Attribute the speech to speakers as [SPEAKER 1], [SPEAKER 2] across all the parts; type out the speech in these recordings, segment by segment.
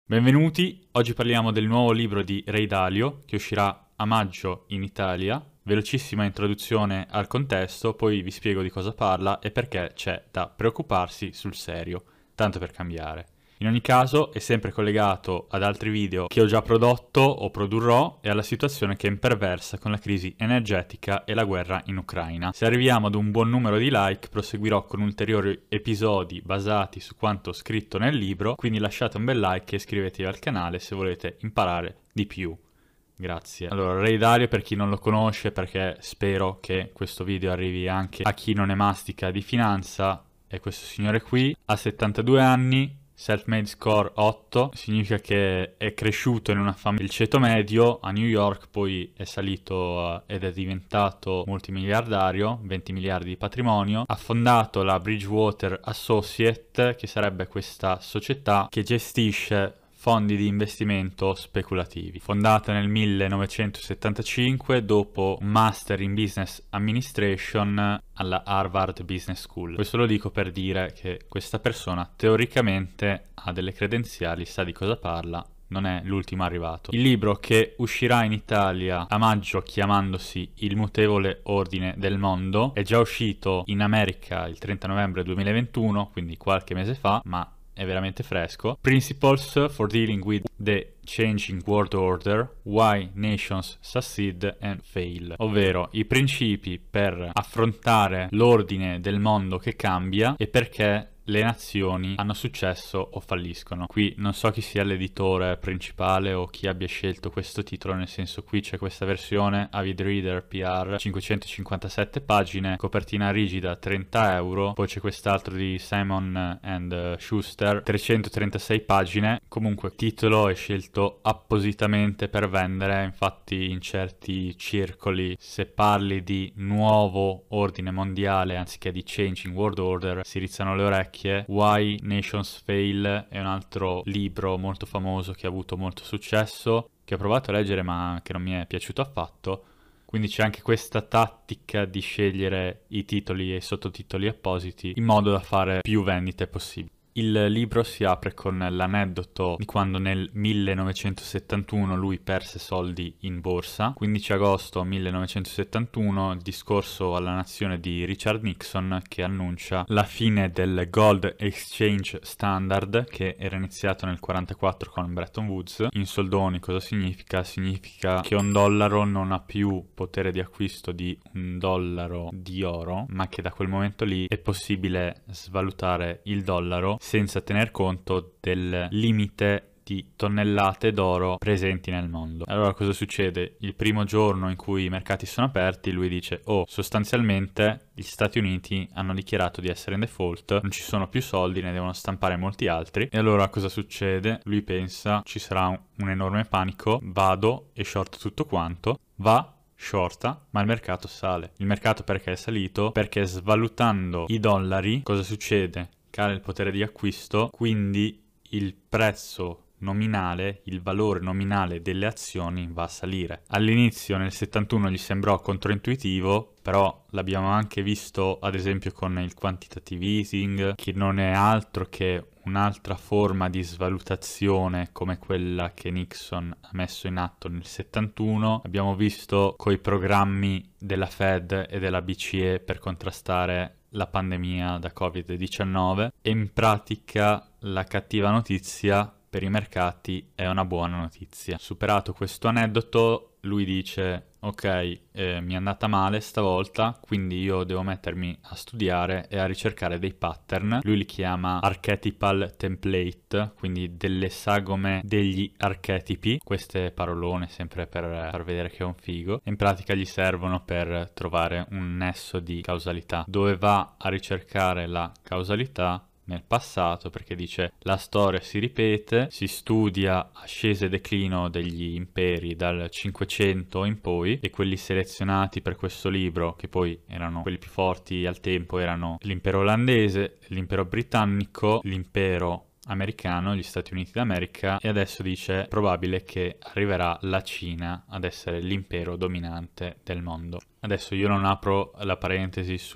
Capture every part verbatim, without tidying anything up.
[SPEAKER 1] Benvenuti, oggi parliamo del nuovo libro di Ray Dalio che uscirà a maggio in Italia. Velocissima introduzione al contesto, poi vi spiego di cosa parla e perché c'è da preoccuparsi sul serio, tanto per cambiare. In ogni caso è sempre collegato ad altri video che ho già prodotto o produrrò e alla situazione che imperversa con la crisi energetica e la guerra in Ucraina. Se arriviamo ad un buon numero di like proseguirò con ulteriori episodi basati su quanto scritto nel libro, quindi lasciate un bel like e iscrivetevi al canale se volete imparare di più. Grazie. Allora, Ray Dalio, per chi non lo conosce, perché spero che questo video arrivi anche a chi non è mastica di finanza, è questo signore qui, ha settantadue anni, self-made score otto, significa che è cresciuto in una famiglia del ceto medio a New York, poi è salito uh, ed è diventato multimiliardario, venti miliardi di patrimonio, ha fondato la Bridgewater Associates, che sarebbe questa società che gestisce fondi di investimento speculativi. Fondata nel millenovecentosettantacinque dopo un master in business administration alla Harvard Business School. Questo lo dico per dire che questa persona teoricamente ha delle credenziali, sa di cosa parla, non è l'ultimo arrivato. Il libro, che uscirà in Italia a maggio chiamandosi Il mutevole ordine del mondo, è già uscito in America il trenta novembre duemilaventuno, quindi qualche mese fa, ma è veramente fresco. Principles for dealing with the changing world order, why nations succeed and fail, ovvero i principi per affrontare l'ordine del mondo che cambia e perché le nazioni hanno successo o falliscono. Qui non so chi sia l'editore principale o chi abbia scelto questo titolo, nel senso, qui c'è questa versione Avid Reader P R, cinquecentocinquantasette pagine, copertina rigida, trenta euro, poi c'è quest'altro di Simon and Schuster, trecentotrentasei pagine. Comunque il titolo è scelto appositamente per vendere, infatti in certi circoli se parli di nuovo ordine mondiale anziché di changing world order si rizzano le orecchie. Why Nations Fail è un altro libro molto famoso che ha avuto molto successo, che ho provato a leggere ma che non mi è piaciuto affatto, quindi c'è anche questa tattica di scegliere i titoli e i sottotitoli appositi in modo da fare più vendite possibili. Il libro si apre con l'aneddoto di quando nel millenovecentosettantuno lui perse soldi in borsa. quindici agosto millenovecentosettantuno, il discorso alla nazione di Richard Nixon che annuncia la fine del Gold Exchange Standard, che era iniziato nel quarantaquattro con Bretton Woods. In soldoni cosa significa? Significa che un dollaro non ha più potere di acquisto di un dollaro di oro, ma che da quel momento lì è possibile svalutare il dollaro senza tener conto del limite di tonnellate d'oro presenti nel mondo. Allora cosa succede? Il primo giorno in cui i mercati sono aperti lui dice: oh, sostanzialmente gli Stati Uniti hanno dichiarato di essere in default, non ci sono più soldi, ne devono stampare molti altri. E allora cosa succede? Lui pensa ci sarà un, un enorme panico, vado e short tutto quanto, va, shorta, ma il mercato sale. Il mercato perché è salito? Perché svalutando i dollari cosa succede? Cala il potere di acquisto, quindi il prezzo nominale, il valore nominale delle azioni va a salire. All'inizio nel settantuno gli sembrò controintuitivo, però l'abbiamo anche visto ad esempio con il quantitative easing, che non è altro che un'altra forma di svalutazione come quella che Nixon ha messo in atto nel settantuno. Abbiamo visto coi programmi della Fed e della B C E per contrastare la pandemia da covid diciannove, e in pratica la cattiva notizia per i mercati è una buona notizia. Superato questo aneddoto, lui dice: ok, eh, mi è andata male stavolta, quindi io devo mettermi a studiare e a ricercare dei pattern. Lui li chiama archetypal template, quindi delle sagome degli archetipi, queste parolone sempre per far vedere che è un figo. In pratica gli servono per trovare un nesso di causalità, dove va a ricercare la causalità nel passato, perché dice la storia si ripete, si studia ascesa e declino degli imperi dal cinquecento in poi, e quelli selezionati per questo libro, che poi erano quelli più forti al tempo, erano l'impero olandese, l'impero britannico, l'impero americano, gli Stati Uniti d'America, e adesso dice è probabile che arriverà la Cina ad essere l'impero dominante del mondo. Adesso io non apro la parentesi su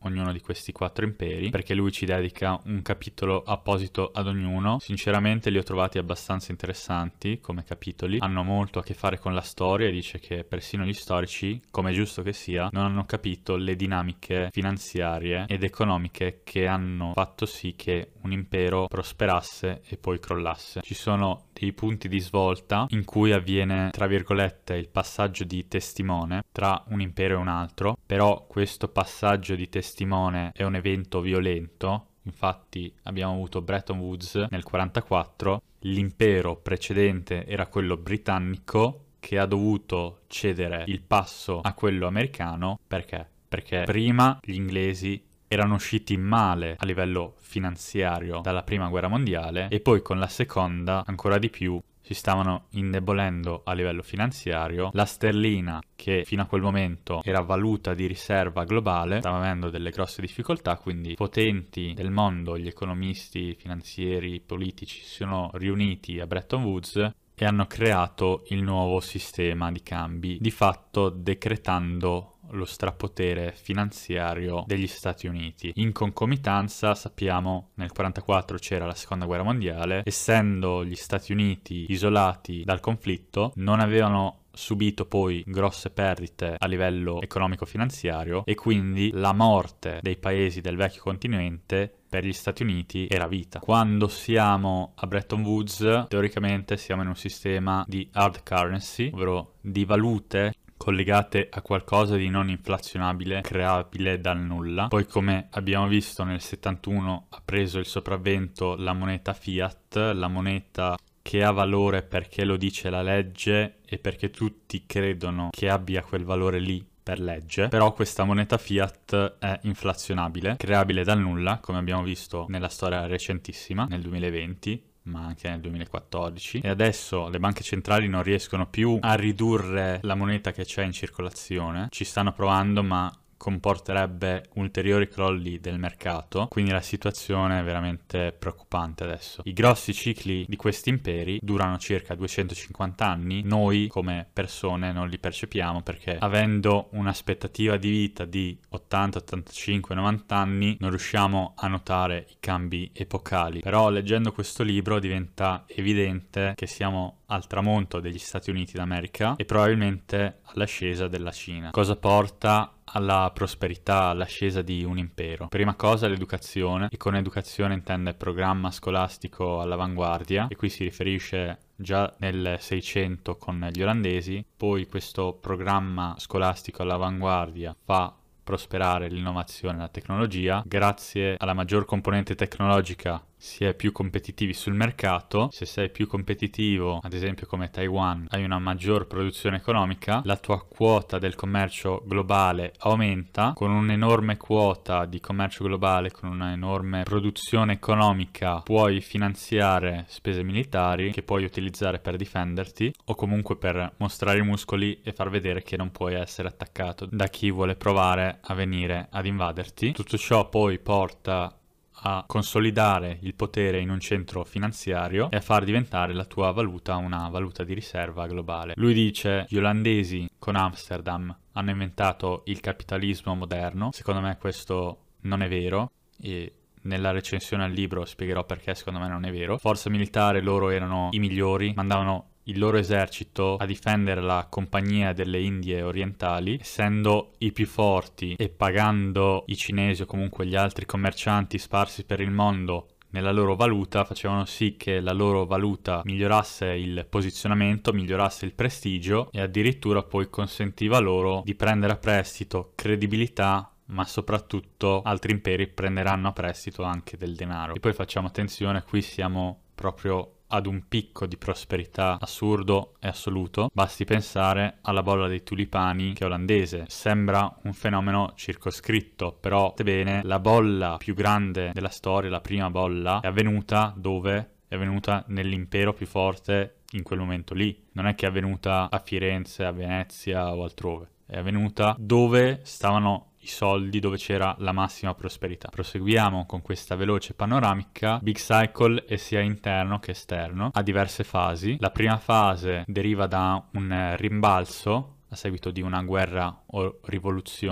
[SPEAKER 1] ognuno di questi quattro imperi, perché lui ci dedica un capitolo apposito ad ognuno. Sinceramente li ho trovati abbastanza interessanti come capitoli, hanno molto a che fare con la storia e dice che persino gli storici, come è giusto che sia, non hanno capito le dinamiche finanziarie ed economiche che hanno fatto sì che un impero prosperasse e poi crollasse. Ci sono dei punti di svolta in cui avviene, tra virgolette, il passaggio di testimone tra un impero e un altro, però questo passaggio di testimone è un evento violento. Infatti abbiamo avuto Bretton Woods nel quarantaquattro, l'impero precedente era quello britannico che ha dovuto cedere il passo a quello americano. Perché? Perché prima gli inglesi erano usciti male a livello finanziario dalla prima guerra mondiale e poi con la seconda ancora di più si stavano indebolendo a livello finanziario. La sterlina, che fino a quel momento era valuta di riserva globale, stava avendo delle grosse difficoltà, quindi potenti del mondo, gli economisti, finanzieri, politici si sono riuniti a Bretton Woods e hanno creato il nuovo sistema di cambi, di fatto decretando lo strapotere finanziario degli Stati Uniti. In concomitanza, sappiamo, nel quarantaquattro c'era la seconda guerra mondiale, essendo gli Stati Uniti isolati dal conflitto, non avevano subito poi grosse perdite a livello economico-finanziario e quindi la morte dei paesi del vecchio continente per gli Stati Uniti era vita. Quando siamo a Bretton Woods, teoricamente siamo in un sistema di hard currency, ovvero di valute collegate a qualcosa di non inflazionabile, creabile dal nulla. Poi, come abbiamo visto, nel settantuno ha preso il sopravvento la moneta fiat, la moneta che ha valore perché lo dice la legge e perché tutti credono che abbia quel valore lì per legge. Però questa moneta fiat è inflazionabile, creabile dal nulla, come abbiamo visto nella storia recentissima, nel duemilaventi, ma anche nel duemilaquattordici, e adesso le banche centrali non riescono più a ridurre la moneta che c'è in circolazione. Ci stanno provando, ma comporterebbe ulteriori crolli del mercato, quindi la situazione è veramente preoccupante adesso. I grossi cicli di questi imperi durano circa duecentocinquanta anni, noi come persone non li percepiamo perché avendo un'aspettativa di vita di ottanta, ottantacinque, novanta anni non riusciamo a notare i cambi epocali, però leggendo questo libro diventa evidente che siamo al tramonto degli Stati Uniti d'America e probabilmente all'ascesa della Cina. Cosa porta alla prosperità, all'ascesa di un impero? Prima cosa l'educazione, e con educazione intende programma scolastico all'avanguardia, e qui si riferisce già nel seicento con gli olandesi. Poi questo programma scolastico all'avanguardia fa prosperare l'innovazione e la tecnologia. Grazie alla maggior componente tecnologica si è più competitivi sul mercato. Se sei più competitivo, ad esempio come Taiwan, hai una maggior produzione economica, la tua quota del commercio globale aumenta. Con un'enorme quota di commercio globale, con una enorme produzione economica, puoi finanziare spese militari che puoi utilizzare per difenderti o comunque per mostrare i muscoli e far vedere che non puoi essere attaccato da chi vuole provare a venire ad invaderti. Tutto ciò poi porta a consolidare il potere in un centro finanziario e a far diventare la tua valuta una valuta di riserva globale. Lui dice: gli olandesi con Amsterdam hanno inventato il capitalismo moderno. Secondo me questo non è vero e nella recensione al libro spiegherò perché secondo me non è vero. Forza militare, loro erano i migliori, mandavano il loro esercito a difendere la compagnia delle Indie orientali, essendo i più forti e pagando i cinesi o comunque gli altri commercianti sparsi per il mondo nella loro valuta, facevano sì che la loro valuta migliorasse il posizionamento, migliorasse il prestigio e addirittura poi consentiva loro di prendere a prestito credibilità, ma soprattutto altri imperi prenderanno a prestito anche del denaro. E poi facciamo attenzione, qui siamo proprio ad un picco di prosperità assurdo e assoluto. Basti pensare alla bolla dei tulipani, che è olandese. Sembra un fenomeno circoscritto, però bene, la bolla più grande della storia, la prima bolla, è avvenuta dove? È avvenuta nell'impero più forte in quel momento lì. Non è che è avvenuta a Firenze, a Venezia o altrove. È avvenuta dove stavano i soldi, dove c'era la massima prosperità. Proseguiamo con questa veloce panoramica. Big Cycle è sia interno che esterno, ha diverse fasi. La prima fase deriva da un rimbalzo a seguito di una guerra o rivoluzione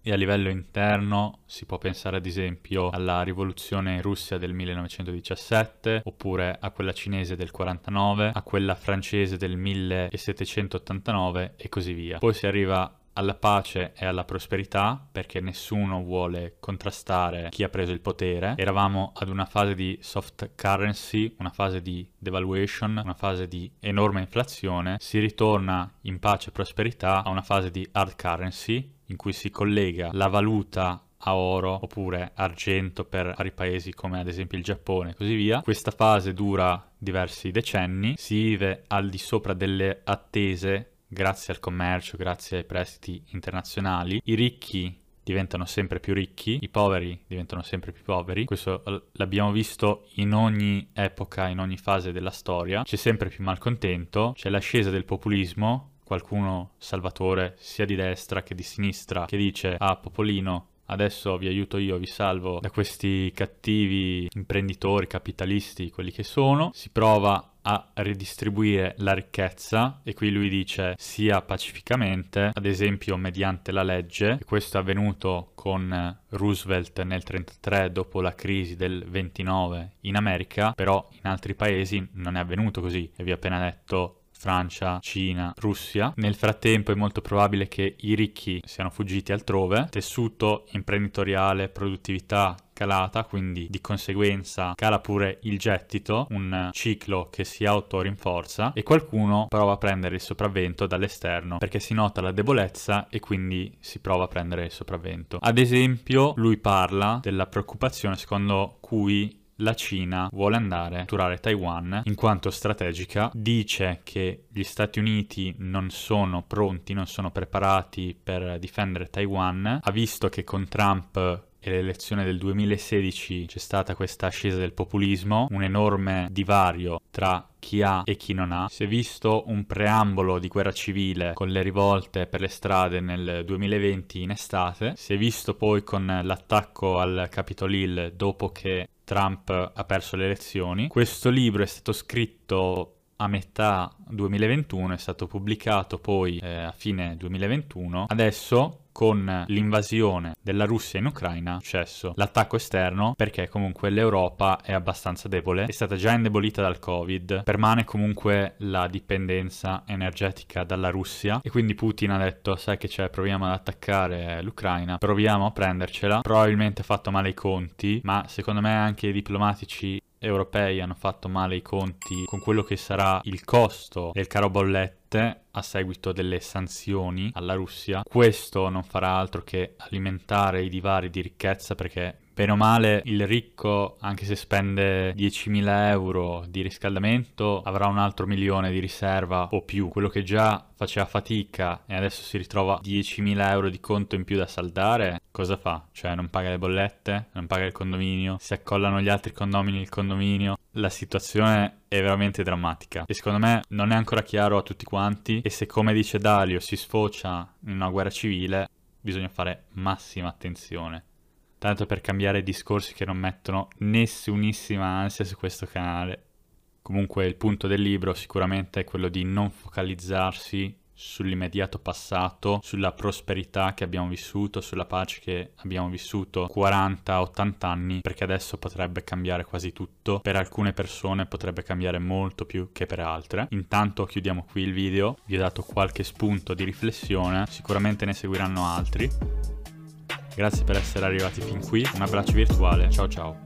[SPEAKER 1] E a livello interno si può pensare ad esempio alla rivoluzione russa del millenovecentodiciassette, oppure a quella cinese del quarantanove, a quella francese del millesettecentottantanove e così via. Poi si arriva alla pace e alla prosperità, perché nessuno vuole contrastare chi ha preso il potere. Eravamo ad una fase di soft currency, una fase di devaluation, una fase di enorme inflazione. Si ritorna in pace e prosperità a una fase di hard currency, in cui si collega la valuta a oro oppure argento per vari paesi come ad esempio il Giappone e così via. Questa fase dura diversi decenni, si vive al di sopra delle attese grazie al commercio, grazie ai prestiti internazionali. I ricchi diventano sempre più ricchi, i poveri diventano sempre più poveri. Questo l'abbiamo visto in ogni epoca, in ogni fase della storia. C'è sempre più malcontento, c'è l'ascesa del populismo, qualcuno salvatore sia di destra che di sinistra che dice: ah, popolino, adesso vi aiuto io, vi salvo da questi cattivi imprenditori, capitalisti, quelli che sono. Si prova a ridistribuire la ricchezza, e qui lui dice sia pacificamente, ad esempio mediante la legge, e questo è avvenuto con Roosevelt nel trentatré dopo la crisi del ventinove in America, però in altri paesi non è avvenuto così, e vi ho appena detto Francia, Cina, Russia. Nel frattempo è molto probabile che i ricchi siano fuggiti altrove, tessuto imprenditoriale, produttività calata, quindi di conseguenza cala pure il gettito, un ciclo che si autorinforza, e qualcuno prova a prendere il sopravvento dall'esterno perché si nota la debolezza e quindi si prova a prendere il sopravvento. Ad esempio, lui parla della preoccupazione secondo cui la Cina vuole andare a catturare Taiwan in quanto strategica. Dice che gli Stati Uniti non sono pronti, non sono preparati per difendere Taiwan. Ha visto che con Trump e l'elezione del duemilasedici c'è stata questa ascesa del populismo, un enorme divario tra chi ha e chi non ha. Si è visto un preambolo di guerra civile con le rivolte per le strade nel duemilaventi in estate. Si è visto poi con l'attacco al Capitol Hill dopo che Trump ha perso le elezioni. Questo libro è stato scritto a metà duemilaventuno, è stato pubblicato poi eh, a fine duemilaventuno. Adesso, con l'invasione della Russia in Ucraina, è successo l'attacco esterno, perché comunque l'Europa è abbastanza debole, è stata già indebolita dal Covid, permane comunque la dipendenza energetica dalla Russia, e quindi Putin ha detto: sai che c'è, proviamo ad attaccare l'Ucraina, proviamo a prendercela. Probabilmente ha fatto male i conti, ma secondo me anche i diplomatici europei hanno fatto male i conti con quello che sarà il costo del caro bollette a seguito delle sanzioni alla Russia. Questo non farà altro che alimentare i divari di ricchezza, perché bene o male il ricco, anche se spende diecimila euro di riscaldamento, avrà un altro milione di riserva o più. Quello che già faceva fatica e adesso si ritrova diecimila euro di conto in più da saldare, cosa fa? Cioè non paga le bollette, non paga il condominio, si accollano gli altri condomini il condominio. La situazione è veramente drammatica e secondo me non è ancora chiaro a tutti quanti, e se, come dice Dalio, si sfocia in una guerra civile, bisogna fare massima attenzione. Tanto per cambiare discorsi che non mettono nessunissima ansia su questo canale. Comunque il punto del libro sicuramente è quello di non focalizzarsi sull'immediato passato, sulla prosperità che abbiamo vissuto, sulla pace che abbiamo vissuto quaranta ottanta anni, perché adesso potrebbe cambiare quasi tutto. Per alcune persone potrebbe cambiare molto più che per altre. Intanto chiudiamo qui il video, vi ho dato qualche spunto di riflessione, sicuramente ne seguiranno altri. Grazie per essere arrivati fin qui, un abbraccio virtuale, ciao ciao.